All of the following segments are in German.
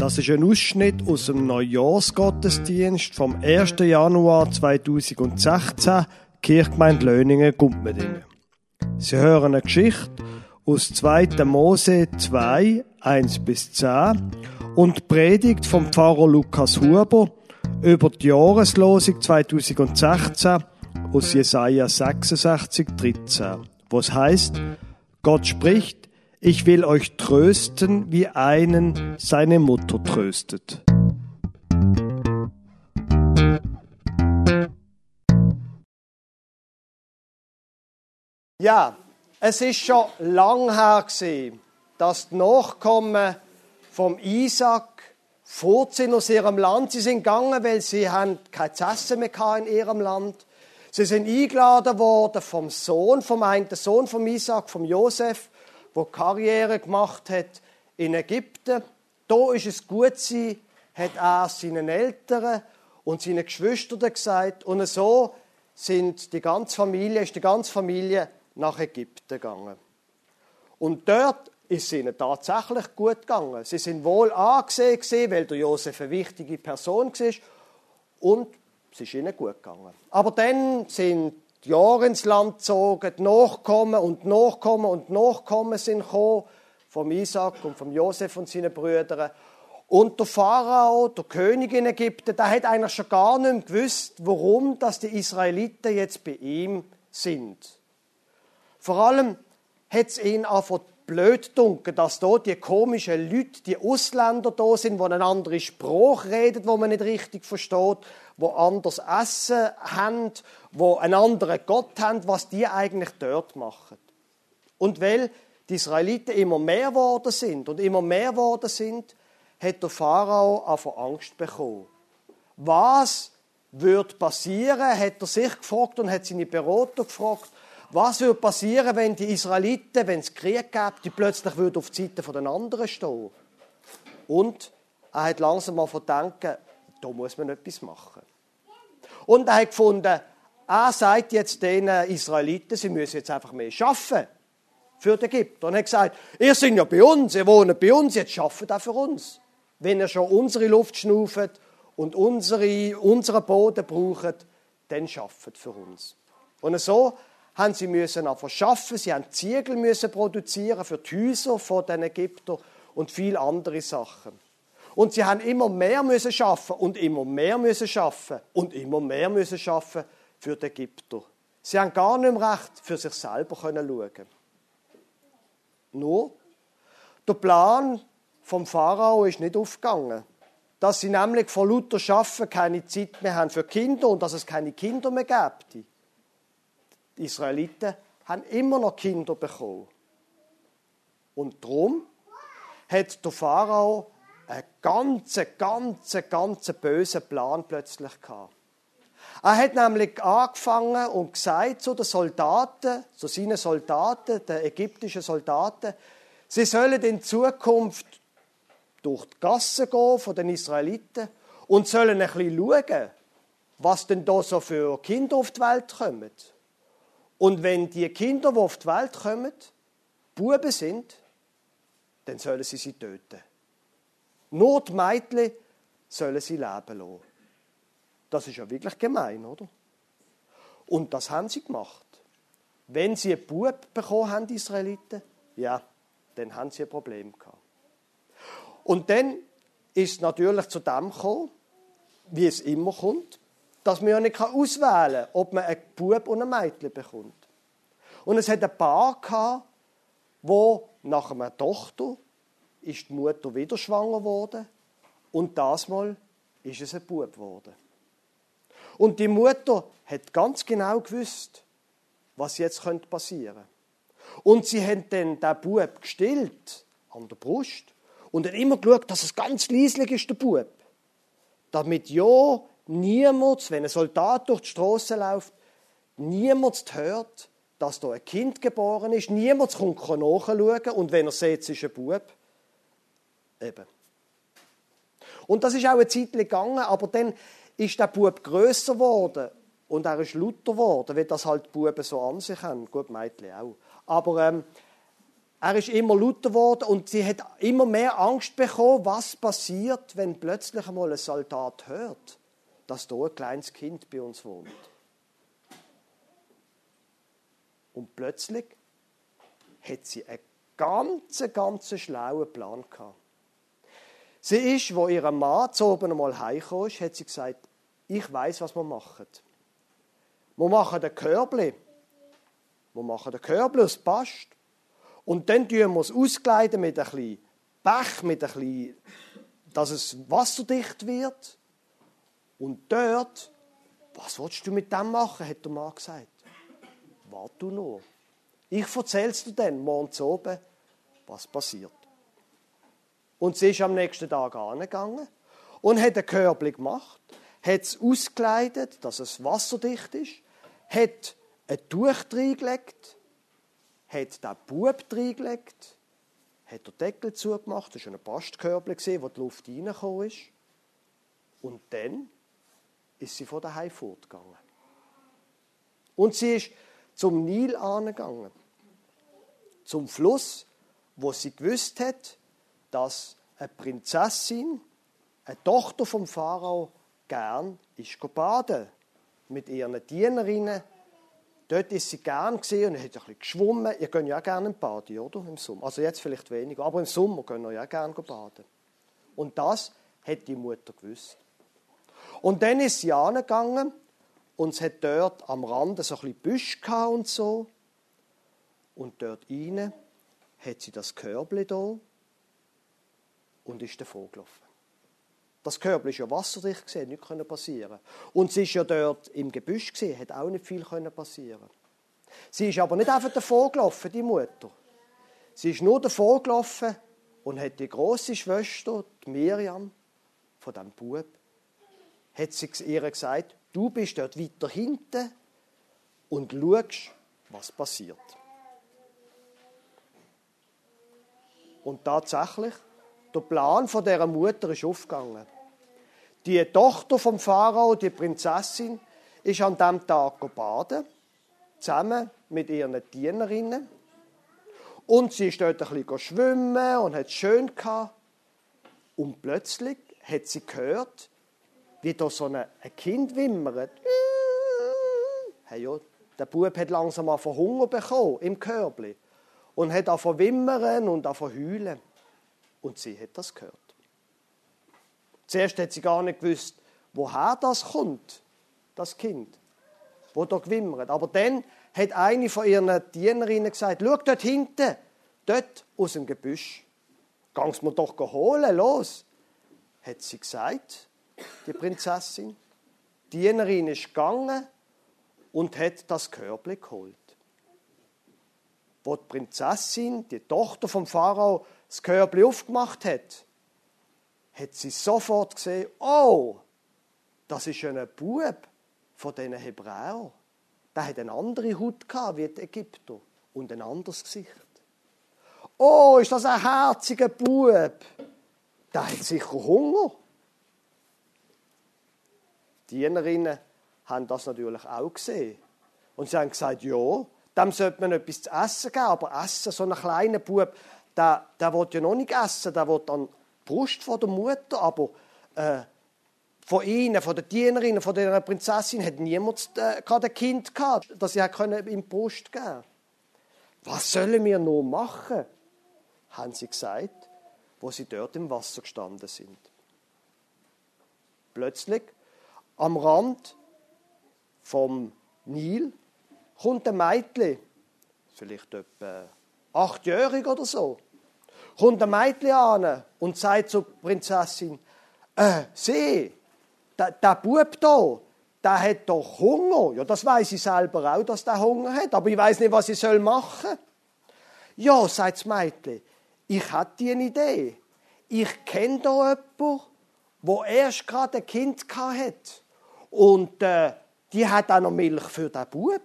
Das ist ein Ausschnitt aus dem Neujahrsgottesdienst vom 1. Januar 2016, Kirchgemeinde Löningen-Gumpmedingen. Sie hören eine Geschichte aus 2. Mose 2, 1-10 und die Predigt vom Pfarrer Lukas Huber über die Jahreslosung 2016 aus Jesaja 66, 13, wo es heißt: Gott spricht: Ich will euch trösten, wie einen seine Mutter tröstet. Ja, es ist schon lang her gewesen, dass die Nachkommen vom Isaac fort sind aus ihrem Land. Sie sind gegangen, weil sie haben kein Essen mehr in ihrem Land. Sie sind eingeladen worden vom Sohn, vom einen Sohn vom Isaac, vom Josef, der Karriere gemacht hat in Ägypten. Da ist es gut gewesen, hat er seinen Eltern und seinen Geschwistern gesagt. Und so ist die ganze Familie nach Ägypten gegangen. Und dort ist es ihnen tatsächlich gut gegangen. Sie sind wohl angesehen, weil der Josef eine wichtige Person war. Und es ist ihnen gut gegangen. Aber dann sind die Jahre ins Land gezogen, die Nachkommen sind gekommen, vom Isaac und vom Josef und seinen Brüdern. Und der Pharao, der König in Ägypten, der hat eigentlich schon gar nicht mehr gewusst, warum dass die Israeliten jetzt bei ihm sind. Vor allem hat es ihn einfach blöd gedunken, dass da die komischen Leute, die Ausländer da sind, die eine andere Sprache reden, die man nicht richtig versteht, die anders Essen haben, die einen anderen Gott haben, was die eigentlich dort machen. Und weil die Israeliten immer mehr geworden sind, hat der Pharao einfach Angst bekommen. Was würde passieren, hat er sich gefragt und hat seine Berater gefragt, was würde passieren, wenn die Israeliten, wenn es Krieg gäbe, die plötzlich auf die Seite der anderen stehen? Und er hat langsam mal verdenken, da muss man etwas machen. Und er hat gefunden, er sagt jetzt den Israeliten, sie müssen jetzt einfach mehr arbeiten für die Ägypter. Und er hat gesagt, ihr seid ja bei uns, ihr wohnt bei uns, jetzt arbeitet auch für uns. Wenn ihr schon unsere Luft schnauft und unseren Boden braucht, dann arbeitet für uns. Und so haben sie müssen einfach arbeiten, sie haben Ziegel müssen produzieren für die Häuser von den Ägyptern und viele andere Sachen. Und sie haben immer mehr müssen arbeiten und immer mehr müssen arbeiten und immer mehr müssen arbeiten für die Ägypter. Sie haben gar nicht mehr recht für sich selber schauen. Nur, der Plan vom Pharao ist nicht aufgegangen. Dass sie nämlich vor lauter Arbeiten keine Zeit mehr haben für Kinder und dass es keine Kinder mehr gibt. Die Israeliten haben immer noch Kinder bekommen. Und darum hat der Pharao einen ganz bösen Plan plötzlich gehabt. Er hat nämlich angefangen und gesagt zu den Soldaten, zu seinen Soldaten, den ägyptischen Soldaten, sie sollen in Zukunft durch die Gassen gehen von den Israeliten und sollen ein bisschen schauen, was denn da so für Kinder auf die Welt kommen. Und wenn die Kinder, die auf die Welt kommen, Buben sind, dann sollen sie töten. Nur die Mädchen sollen sie leben lassen. Das ist ja wirklich gemein, oder? Und das haben sie gemacht. Wenn sie einen Bub bekommen haben, die Israeliten, ja, dann haben sie ein Problem gehabt. Und dann ist es natürlich zu dem gekommen, wie es immer kommt, dass man ja nicht auswählen kann, ob man einen Bub und ein Mädchen bekommt. Und es hat ein Paar gehabt, wo nach einer Tochter ist die Mutter wieder schwanger geworden und dasmal ist es ein Bub geworden. Und die Mutter hat ganz genau gewusst, was jetzt passieren könnte. Und sie haben dann den Bub gestillt an der Brust und hat immer geschaut, dass es ganz leislich ist, der Bub. Damit ja niemand, wenn ein Soldat durch die Straße läuft, niemand hört, dass da ein Kind geboren ist. Niemand kommt nachschauen und wenn er sieht, es ist ein Bub. Eben. Und das ist auch eine Zeit gegangen, aber dann ist der Bub grösser geworden und er ist lauter geworden, weil das halt Buben so an sich haben. Gut, Mädchen auch. Aber Er ist immer lauter geworden und sie hat immer mehr Angst bekommen, was passiert, wenn plötzlich einmal ein Soldat hört, dass da ein kleines Kind bei uns wohnt. Und plötzlich hat sie einen ganz schlauen Plan gehabt. Sie ist, wo ihr Mann zu oben einmal heimgekommen ist, hat sie gesagt, ich weiss, was wir machen. Wir machen den Körbli. Wir machen den Körbli aus Bast. Und dann tun wir es auskleiden mit ein bisschen Pech, mit ein bisschen, dass es wasserdicht wird. Und dort, was willst du mit dem machen, hat der Mann gesagt. Warte du nur. Ich erzähl's dir dann, morgen zu oben, was passiert. Und sie ist am nächsten Tag angegangen und hat ein Körbli gemacht, hat es ausgekleidet, dass es wasserdicht ist, hat ein Tuch reingelegt, hat den Bub reingelegt, hat den Deckel zugemacht, das war ein Bastkörbli, wo die Luft reingekommen ist. Und dann ist sie von daheim fortgegangen. Und sie ist zum Nil angegangen, zum Fluss, wo sie gewusst hat, dass eine Prinzessin, eine Tochter vom Pharao, gern ist baden mit ihren Dienerinnen. Dort ist sie gern gesehen und hat ein bisschen geschwommen. Ihr könnt ja auch gerne baden, oder? Im Sommer. Also jetzt vielleicht weniger, aber im Sommer könnt ihr ja auch gerne baden. Und das hat die Mutter gewusst. Und dann ist sie angegangen und es hat dort am Rand so ein bisschen Büsch gehabt und so. Und dort rein hat sie das Körbli da und ist davon gelaufen. Das Körbli war ja wasserdicht, nichts passieren konnte. Und sie war ja dort im Gebüsch, hat auch nicht viel passieren. Sie ist aber nicht einfach davon gelaufen, die Mutter. Sie ist nur davon gelaufen und hat die grosse Schwester, die Miriam, von diesem Bub, hat sie ihr gesagt, du bist dort weiter hinten und schaust, was passiert. Und tatsächlich, der Plan von dieser Mutter ist aufgegangen. Die Tochter vom Pharao, die Prinzessin, ist an diesem Tag baden, zusammen mit ihren Dienerinnen. Und sie ist dort ein bisschen schwimmen und hat es schön gehabt. Und plötzlich hat sie gehört, wie da so ein Kind wimmert. Hey, ja, der Bub hat langsam an Hunger bekommen im Körbli und hat angefangen wimmern und angefangen heulen. Und sie hat das gehört. Zuerst hat sie gar nicht gewusst, woher das kommt, das Kind, wo da gewimmert. Aber dann hat eine von ihren Dienerinnen gesagt, schau dort hinten, dort aus dem Gebüsch. Gang's mir doch holen, los, hat sie gesagt, die Prinzessin. Die Dienerin ist gegangen und hat das Körbli geholt. Wo die Prinzessin, die Tochter vom Pharao, das Körbli aufgemacht hat, hat sie sofort gesehen, oh, das ist ein Bub von diesen Hebräern. Der hat eine andere Haut gehabt wie die Ägypter und ein anderes Gesicht. Oh, ist das ein herziger Bub? Der hat sicher Hunger. Die Dienerinnen haben das natürlich auch gesehen. Und sie haben gesagt, ja, dem sollte man etwas zu essen geben. Aber essen, so einen kleinen Bub, der will ja noch nicht essen, der will dann die Brust von der Mutter, aber von ihnen, von den Dienerinnen, von der Prinzessin hat niemand gerade ein Kind gehabt, das sie ihm die Brust geben konnte. Was sollen wir nur machen? Haben sie gesagt, wo sie dort im Wasser gestanden sind. Plötzlich, am Rand vom Nil, kommt ein Mädchen, vielleicht etwa 8-jährig oder so, kommt ein Mädchen an und sagt zur Prinzessin, sieh, der Bub da, der hat doch Hunger. Ja, das weiss ich selber auch, dass der Hunger hat, aber ich weiss nicht, was ich machen soll. Ja, sagt das Mädchen, ich hatte eine Idee. Ich kenne da jemanden, der erst gerade ein Kind hatte. Und die hat auch noch Milch für den Bub.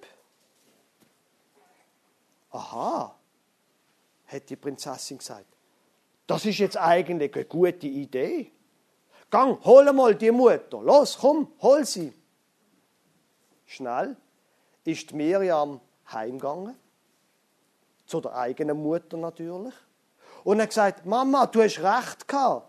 Aha, hat die Prinzessin gesagt. Das ist jetzt eigentlich eine gute Idee. Gang, hol mal die Mutter. Los, komm, hol sie. Schnell ist die Miriam heimgegangen zu der eigenen Mutter natürlich. Und er hat gesagt, Mama, du hast recht gehabt.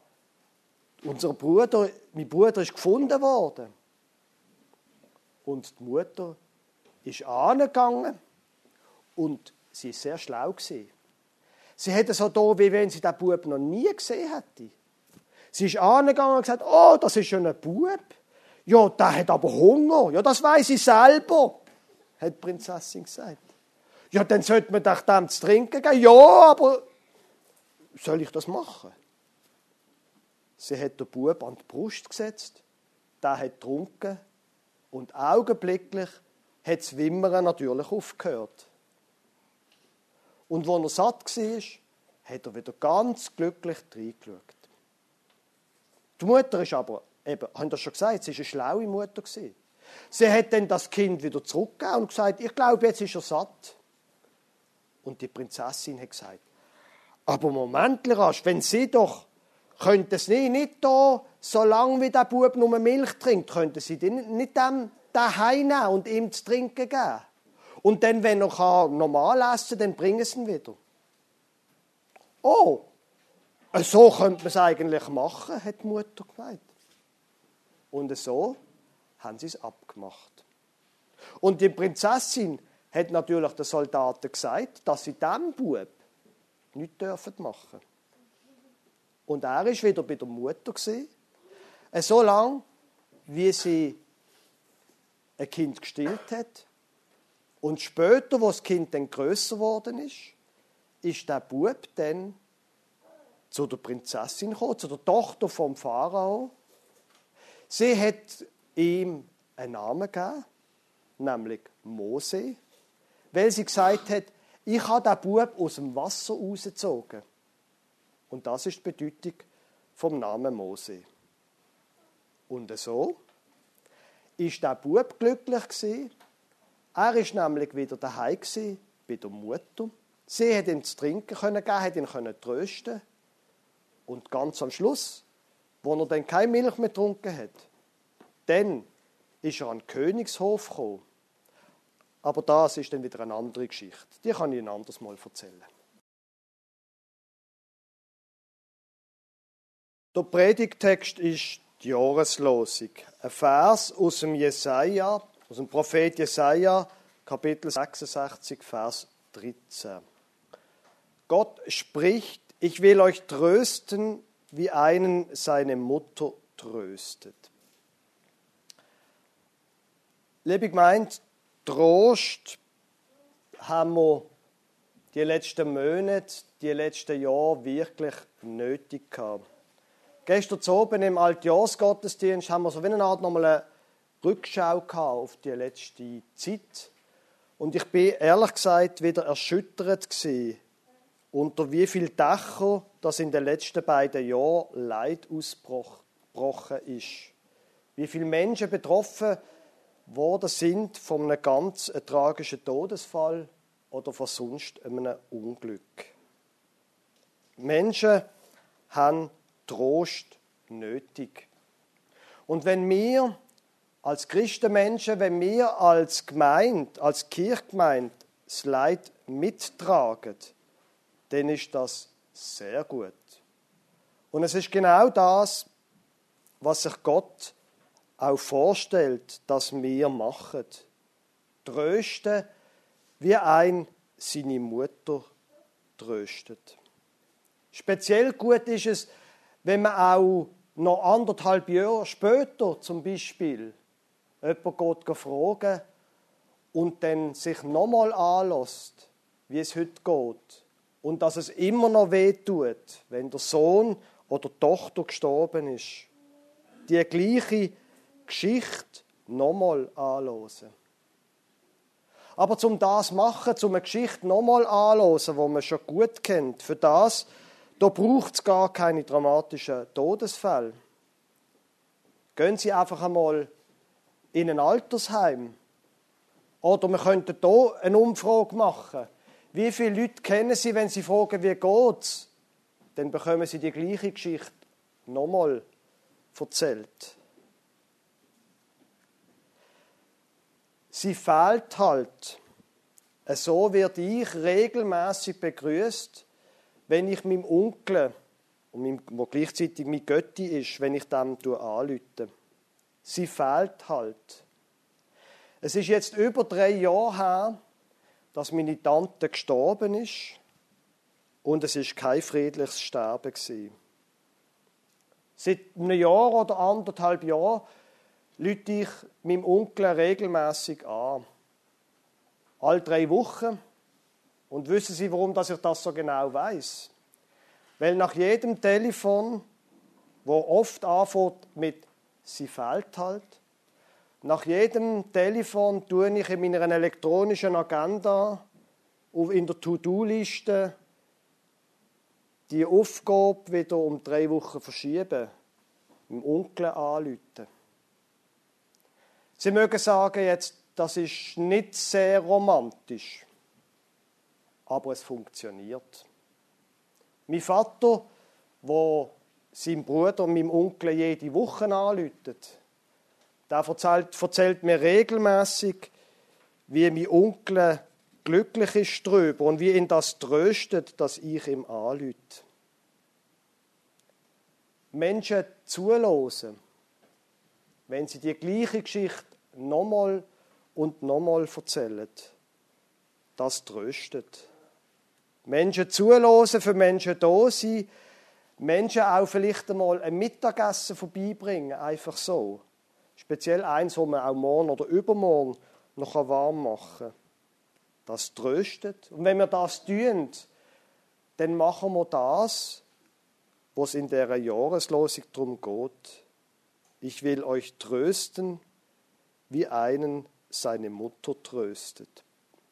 Mein Bruder ist gefunden worden. Und die Mutter ist angegangen und sie war sehr schlau gewesen. Sie hat so da, wie wenn sie den Bub noch nie gesehen hätte. Sie ist angegangen und gesagt, oh, das ist schon ein Bub. Ja, der hat aber Hunger. Ja, das weiss ich selber, hat die Prinzessin gesagt. Ja, dann sollte man doch dem zu trinken geben. Ja, aber soll ich das machen? Sie hat den Bub an die Brust gesetzt, der hat getrunken und augenblicklich hat das Wimmern natürlich aufgehört. Und als er satt war, hat er wieder ganz glücklich reingeschaut. Die Mutter ist aber, eben, haben das schon gesagt, sie war eine schlaue Mutter. Sie hat dann das Kind wieder zurückgegeben und gesagt, ich glaube, jetzt ist er satt. Und die Prinzessin hat gesagt, aber Moment, rasch, wenn Sie doch, könnten Sie nicht da, solange wie der Bub nur Milch trinkt, könnten Sie nicht dem heimnehmen und ihm zu trinken geben. Und dann, wenn er normal essen kann, dann bringen Sie ihn wieder. Oh, so könnte man es eigentlich machen, hat die Mutter gemeint. Und so haben sie es abgemacht. Und die Prinzessin hat natürlich den Soldaten gesagt, dass sie diesem Bub nichts machen dürfen. Und er war wieder bei der Mutter, so lange, wie sie ein Kind gestillt hat. Und später, als das Kind dann grösser geworden ist der Bub dann zu der Prinzessin gekommen, zu der Tochter vom Pharao. Sie hat ihm einen Namen gegeben, nämlich Mose, weil sie gesagt hat, ich habe den Bub aus dem Wasser rausgezogen. Und das ist die Bedeutung vom Namen Mose. Und so ist der Bub glücklich gewesen. Er war nämlich wieder daheim bei der Mutter. Sie hat ihm zu trinken geben, hat ihn trösten. Und ganz am Schluss, wo er dann keine Milch mehr getrunken hat, dann ist er an den Königshof gekommen. Aber das ist dann wieder eine andere Geschichte. Die kann ich ein anderes Mal erzählen. Der Predigtext ist die Jahreslosung. Ein Vers aus dem Jesaja, aus dem Prophet Jesaja, Kapitel 66, Vers 13. Gott spricht, ich will euch trösten, wie einen seine Mutter tröstet. Liebe Gemeinde, Trost haben wir die letzten Monate, die letzten Jahre wirklich nötig gehabt. Gestern Abend im Altjahrsgottesdienst haben wir so wie eine Art nochmal eine Rückschau gehabt auf die letzte Zeit. Und ich bin ehrlich gesagt wieder erschüttert gewesen, unter wie vielen Dächern das in den letzten beiden Jahren Leid ausgebrochen ist. Wie viele Menschen betroffen worden sind von einem ganz tragischen Todesfall oder von sonst einem Unglück. Menschen haben Trost nötig. Und wenn wir als Christenmenschen, wenn wir als Gemeinde, als Kirchgemeinde das Leid mittragen, dann ist das sehr gut. Und es ist genau das, was sich Gott auch vorstellt, dass wir machen. Trösten, wie ein seine Mutter tröstet. Speziell gut ist es, wenn man auch noch 1,5 Jahre später zum Beispiel jemanden geht fragen und dann sich nochmal anlässt, wie es heute geht. Und dass es immer noch wehtut, wenn der Sohn oder die Tochter gestorben ist. Die gleiche Geschichte nochmal anhören. Aber um das zu machen, um eine Geschichte nochmal anzuhören, die man schon gut kennt, für das, da braucht es gar keine dramatischen Todesfälle. Gehen Sie einfach einmal in ein Altersheim. Oder wir könnten hier eine Umfrage machen. Wie viele Leute kennen Sie, wenn Sie fragen, wie geht's? Dann bekommen Sie die gleiche Geschichte nochmal erzählt. Sie fehlt halt So werde ich regelmäßig begrüßt, wenn ich meinem Onkel, wo gleichzeitig mein Götti ist, wenn ich dem anrufe. Sie fehlt halt. Es ist jetzt über 3 Jahre her, dass meine Tante gestorben ist und es ist kein friedliches Sterben gewesen. Seit einem Jahr oder 1,5 Jahren rufe ich meinem Onkel regelmäßig an. Alle 3 Wochen. Und wissen Sie, warum ich das so genau weiß? Weil nach jedem Telefon, wo oft anfängt mit «Sie fehlt halt», nach jedem Telefon tue ich in meiner elektronischen Agenda in der To-Do-Liste die Aufgabe wieder um 3 Wochen verschieben, dem Onkel anrufen. Sie mögen sagen jetzt, das ist nicht sehr romantisch, aber es funktioniert. Mein Vater, der seinem Bruder und meinem Onkel jede Woche anruft, der erzählt mir regelmäßig, wie mein Onkel glücklich ist darüber und wie ihn das tröstet, dass ich ihm anrufe. Menschen zuhören, wenn sie die gleiche Geschichte nochmal und nochmal erzählen, das tröstet. Menschen zuhören, für Menschen da sein, Menschen auch vielleicht einmal ein Mittagessen vorbeibringen, einfach so. Speziell eins, das man auch morgen oder übermorgen noch warm machen kann. Das tröstet. Und wenn wir das tun, dann machen wir das, was in dieser Jahreslosung darum geht. Ich will euch trösten, wie einen seine Mutter tröstet.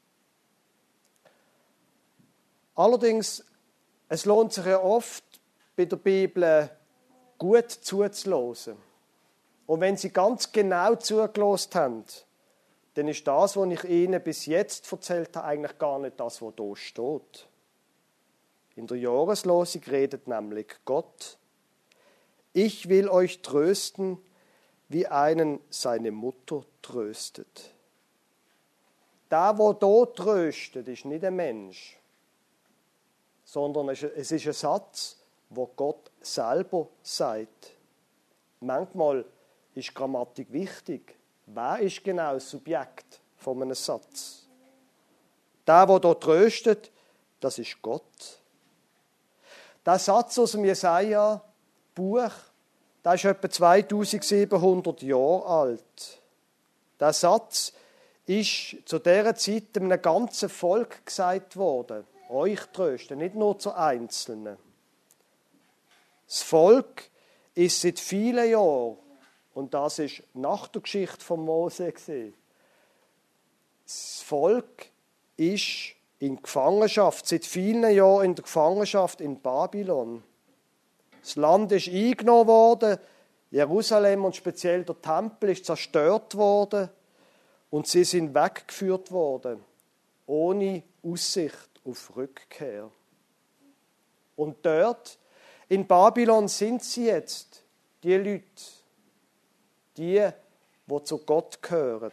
Allerdings, es lohnt sich ja oft, bei der Bibel gut zuzuhören. Und wenn Sie ganz genau zugelassen haben, dann ist das, was ich Ihnen bis jetzt erzählt habe, eigentlich gar nicht das, was hier steht. In der Jahreslosung redet nämlich Gott: Ich will euch trösten, wie einen seine Mutter tröstet. Der hier tröstet, ist nicht ein Mensch, sondern es ist ein Satz, wo Gott selber sagt. Manchmal ist Grammatik wichtig. Wer ist genau das Subjekt von einem Satz? Der hier tröstet, das ist Gott. Der Satz aus dem Jesaja-Buch, der ist etwa 2700 Jahre alt. Der Satz ist zu dieser Zeit einem ganzen Volk gesagt worden. Euch trösten, nicht nur zu Einzelnen. Das Volk ist seit vielen Jahren, und das ist nach der Geschichte von Mose gesehen, das Volk ist in Gefangenschaft, seit vielen Jahren in der Gefangenschaft in Babylon. Das Land ist eingenommen worden, Jerusalem und speziell der Tempel ist zerstört worden und sie sind weggeführt worden, ohne Aussicht auf Rückkehr. Und dort, in Babylon, sind sie jetzt, die Leute, die zu Gott gehören.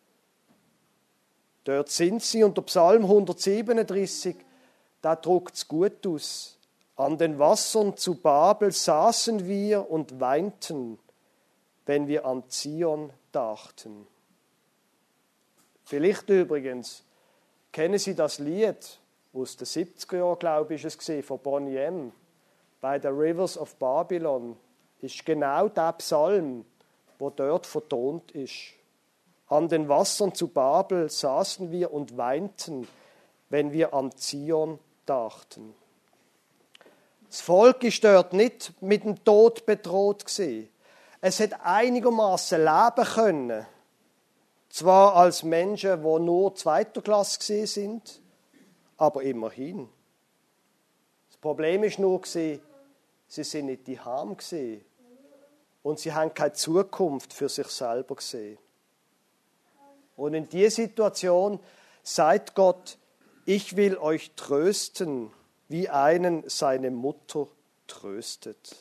Dort sind sie, und der Psalm 137, da drückt es gut aus. An den Wassern zu Babel saßen wir und weinten, wenn wir an Zion dachten. Vielleicht übrigens kennen Sie das Lied aus den 70er Jahren, glaube ich, ist es von Boney M. By the Rivers of Babylon ist genau der Psalm, wo dort vertont ist. An den Wassern zu Babel saßen wir und weinten, wenn wir an Zion dachten. Das Volk ist dort nicht mit dem Tod bedroht gewesen. Es hat einigermaßen leben können. Zwar als Menschen, die nur zweiter Klasse gewesen sind, aber immerhin. Das Problem ist nur gewesen, sie sind nicht daheim gewesen und sie haben keine Zukunft für sich selber gesehen. Und in dieser Situation sagt Gott: Ich will euch trösten, wie einen seine Mutter tröstet.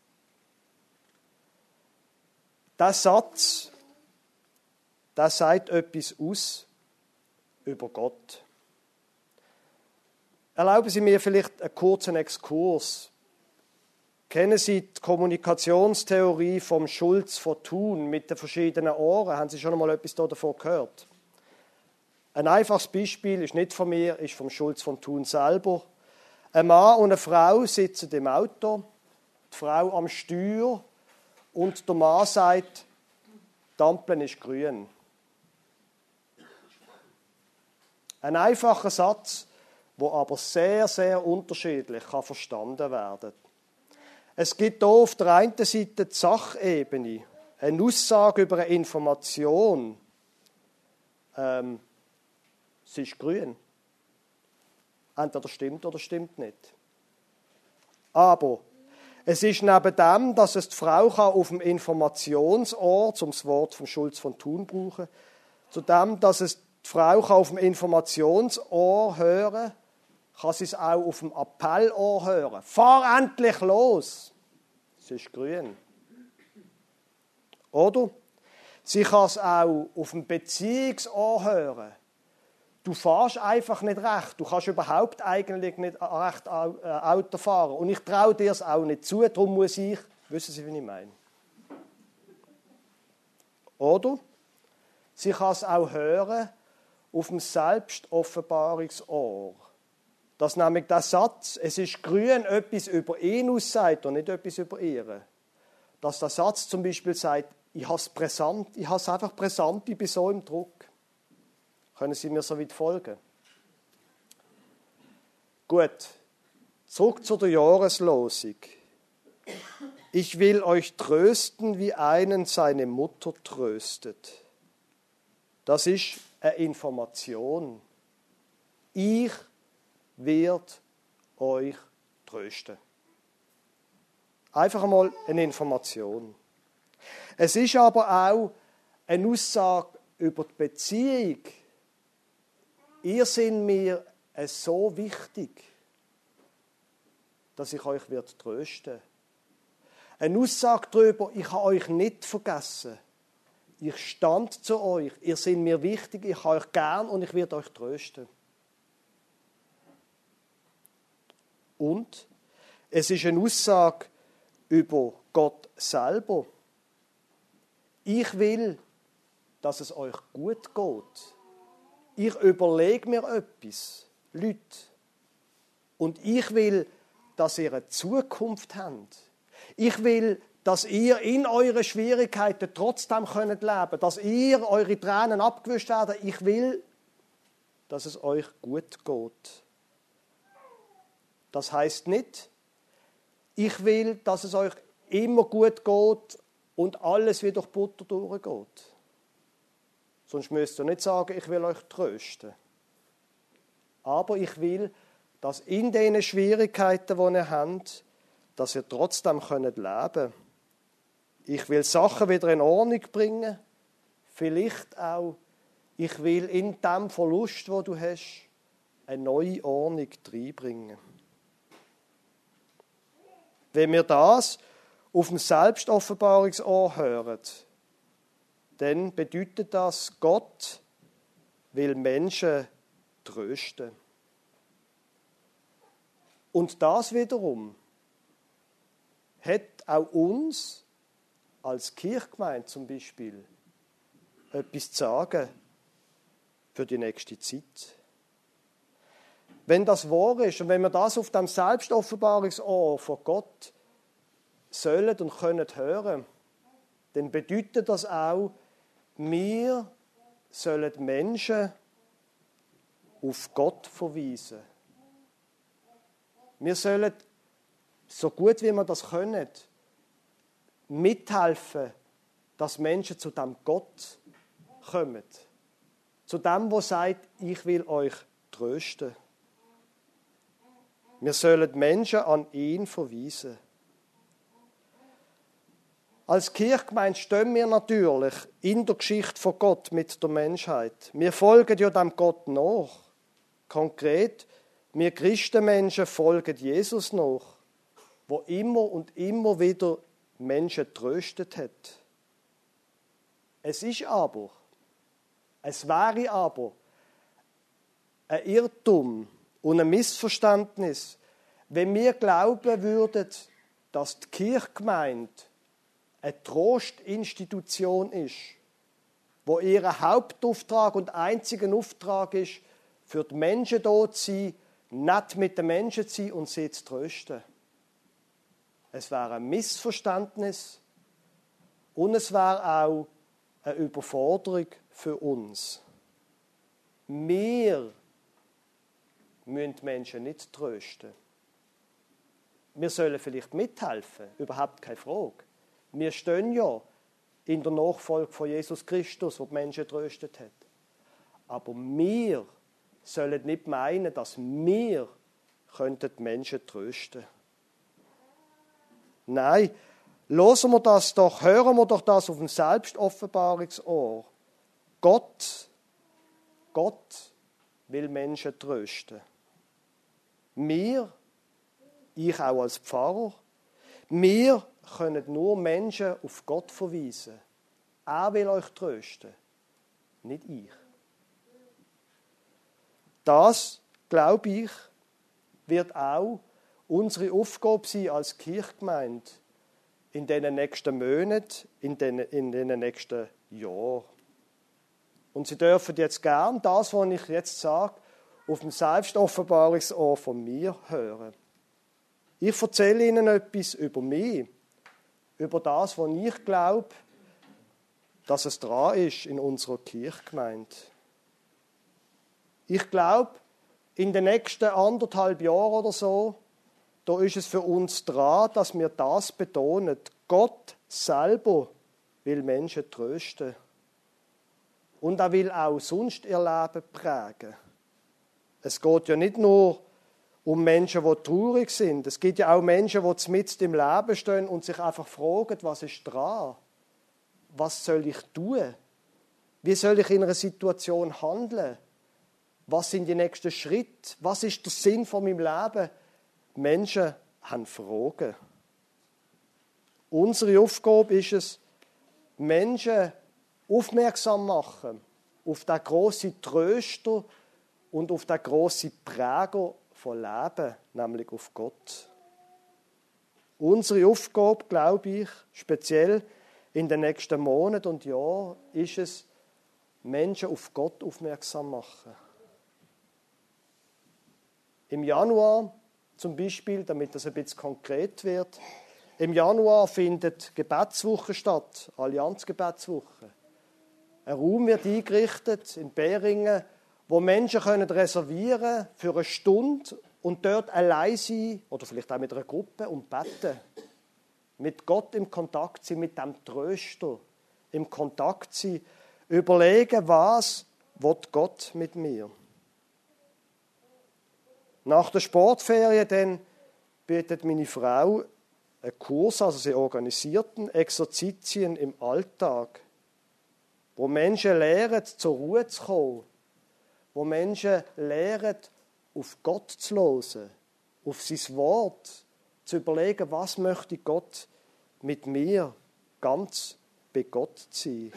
Der Satz, der sagt etwas aus über Gott. Erlauben Sie mir vielleicht einen kurzen Exkurs. Kennen Sie die Kommunikationstheorie vom Schulz von Thun mit den verschiedenen Ohren? Haben Sie schon einmal etwas davon gehört? Ein einfaches Beispiel ist nicht von mir, ist vom Schulz von Thun selber. Ein Mann und eine Frau sitzen im Auto, die Frau am Steuer und der Mann sagt, die Ampel ist grün. Ein einfacher Satz, der aber sehr, sehr unterschiedlich verstanden werden kann. Es gibt hier auf der einen Seite die Sachebene, eine Aussage über eine Information. Sie ist grün. Entweder stimmt oder stimmt nicht. Aber es ist neben dem, dass es die Frau auf dem Informationsohr, um das Wort vom Schulz von Thun brauchen, zu dem, dass es die Frau auf dem Informationsohr hören kann sie es auch auf dem Appellohr hören. Fahr endlich los! Es ist grün. Oder? Sie kann es auch auf dem Beziehungsohr hören. Du fährst einfach nicht recht. Du kannst überhaupt eigentlich nicht recht Auto fahren. Und ich traue dir es auch nicht zu, darum muss ich... Wissen Sie, wie ich meine? Oder? Sie kann es auch hören auf dem Selbstoffenbarungsohr. Dass nämlich der Satz, es ist grün, etwas über ihn aussagt und nicht etwas über ihre. Dass der Satz zum Beispiel sagt, ich habe es präsent, ich habe es einfach präsent, ich bin so im Druck. Können Sie mir so weit folgen? Gut, zurück zu der Jahreslosung. Ich will euch trösten, wie einen seine Mutter tröstet. Das ist eine Information. Ich wird euch trösten. Einfach einmal eine Information. Es ist aber auch eine Aussage über die Beziehung. Ihr seid mir so wichtig, dass ich euch trösten werde. Eine Aussage darüber, ich habe euch nicht vergessen. Ich stand zu euch. Ihr seid mir wichtig, ich habe euch gern und ich werde euch trösten. Und es ist eine Aussage über Gott selber. Ich will, dass es euch gut geht. Ich überlege mir etwas, Leute. Und ich will, dass ihr eine Zukunft habt. Ich will, dass ihr in euren Schwierigkeiten trotzdem leben könnt, dass ihr eure Tränen abgewischt werden. Ich will, dass es euch gut geht. Das heisst nicht, ich will, dass es euch immer gut geht und alles wie durch Butter durchgeht. Sonst müsst ihr nicht sagen, ich will euch trösten. Aber ich will, dass in diesen Schwierigkeiten, die ihr habt, dass ihr trotzdem leben könnt. Ich will Sachen wieder in Ordnung bringen. Vielleicht auch, ich will in dem Verlust, den du hast, eine neue Ordnung reinbringen. Wenn wir das auf dem Selbstoffenbarungsohr hören, dann bedeutet das, Gott will Menschen trösten. Und das wiederum hat auch uns als Kirchgemeinde zum Beispiel etwas zu sagen für die nächste Zeit. Wenn das wahr ist und wenn wir das auf dem Selbstoffenbarungsohr von Gott sollen und können hören, dann bedeutet das auch, wir sollen Menschen auf Gott verweisen. Wir sollen, so gut wie wir das können, mithelfen, dass Menschen zu dem Gott kommen. Zu dem, der sagt, ich will euch trösten. Wir sollen Menschen an ihn verweisen. Als Kirchgemeinde stehen wir natürlich in der Geschichte von Gott mit der Menschheit. Wir folgen ja dem Gott nach. Konkret, wir Christenmenschen folgen Jesus nach, wo immer und immer wieder Menschen tröstet hat. Es wäre aber ein Irrtum und ein Missverständnis, wenn wir glauben würden, dass die Kirchgemeinde eine Trostinstitution ist, wo ihr Hauptauftrag und einziger Auftrag ist, für die Menschen da zu sein, nett mit den Menschen zu sein und sie zu trösten. Es wäre ein Missverständnis und es wäre auch eine Überforderung für uns. Wir müssen die Menschen nicht trösten. Wir sollen vielleicht mithelfen, überhaupt keine Frage. Wir stehen ja in der Nachfolge von Jesus Christus, der die Menschen tröstet hat. Aber wir sollen nicht meinen, dass wir die Menschen trösten könnten. Nein, hören wir doch das auf dem Selbstoffenbarungsohr. Gott will Menschen trösten. Wir, ich auch als Pfarrer, wir können nur Menschen auf Gott verweisen. Er will euch trösten, nicht ich. Das, glaube ich, wird auch unsere Aufgabe sein als Kirchgemeinde in den nächsten Monaten, in den nächsten Jahren. Und Sie dürfen jetzt gern das, was ich jetzt sage, auf dem Selbstoffenbarungsohr von mir hören. Ich erzähle Ihnen etwas über mich, über das, was ich glaube, dass es dran ist in unserer Kirchgemeinde. Ich glaube, in den nächsten 1,5 Jahren oder so, da ist es für uns dran, dass wir das betonen. Gott selber will Menschen trösten. Und er will auch sonst ihr Leben prägen. Es geht ja nicht nur um Menschen, die traurig sind. Es gibt ja auch Menschen, die mitten im Leben stehen und sich einfach fragen, was ist dran? Was soll ich tun? Wie soll ich in einer Situation handeln? Was sind die nächsten Schritte? Was ist der Sinn von meinem Leben? Die Menschen haben Fragen. Unsere Aufgabe ist es, Menschen aufmerksam machen auf den grossen Tröster und auf den grossen Präger von Leben, nämlich auf Gott. Unsere Aufgabe, glaube ich, speziell in den nächsten Monaten und Jahren, ist es, Menschen auf Gott aufmerksam machen. Im Januar zum Beispiel, damit das ein bisschen konkret wird, im Januar findet Gebetswoche statt, Allianzgebetswoche. Ein Raum wird eingerichtet in Beringen, wo Menschen reservieren können für eine Stunde und dort allein sein oder vielleicht auch mit einer Gruppe und beten. Mit Gott im Kontakt sein, mit dem Tröster im Kontakt sein, überlegen, was will Gott mit mir. Nach der Sportferien dann bietet meine Frau einen Kurs, also sie organisierten Exerzitien im Alltag, wo Menschen lernen, zur Ruhe zu kommen, wo Menschen lernen, auf Gott zu hören, auf sein Wort, zu überlegen, was möchte Gott mit mir ganz bei Gott sein.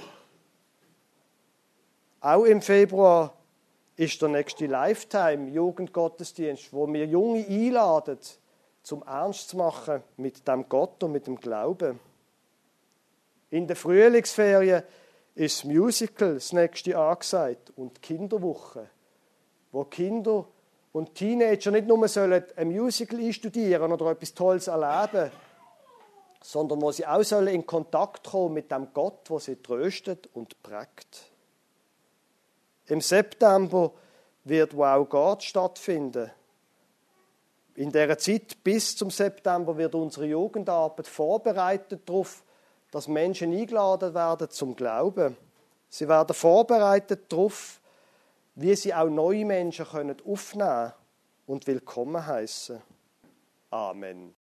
Auch im Februar ist der nächste Lifetime-Jugendgottesdienst, wo wir Junge einladen, zum Ernst zu machen mit dem Gott und mit dem Glauben. In der Frühlingsferien ist das Musical das nächste angesagt und die Kinderwoche, wo Kinder und Teenager nicht nur ein Musical einstudieren oder etwas Tolles erleben, sondern wo sie auch in Kontakt kommen mit dem Gott, der sie tröstet und prägt. Im September wird Wow God stattfinden. In dieser Zeit bis zum September wird unsere Jugendarbeit vorbereitet darauf, dass Menschen eingeladen werden zum Glauben. Sie werden vorbereitet darauf, wie sie auch neue Menschen aufnehmen und willkommen heißen. Amen.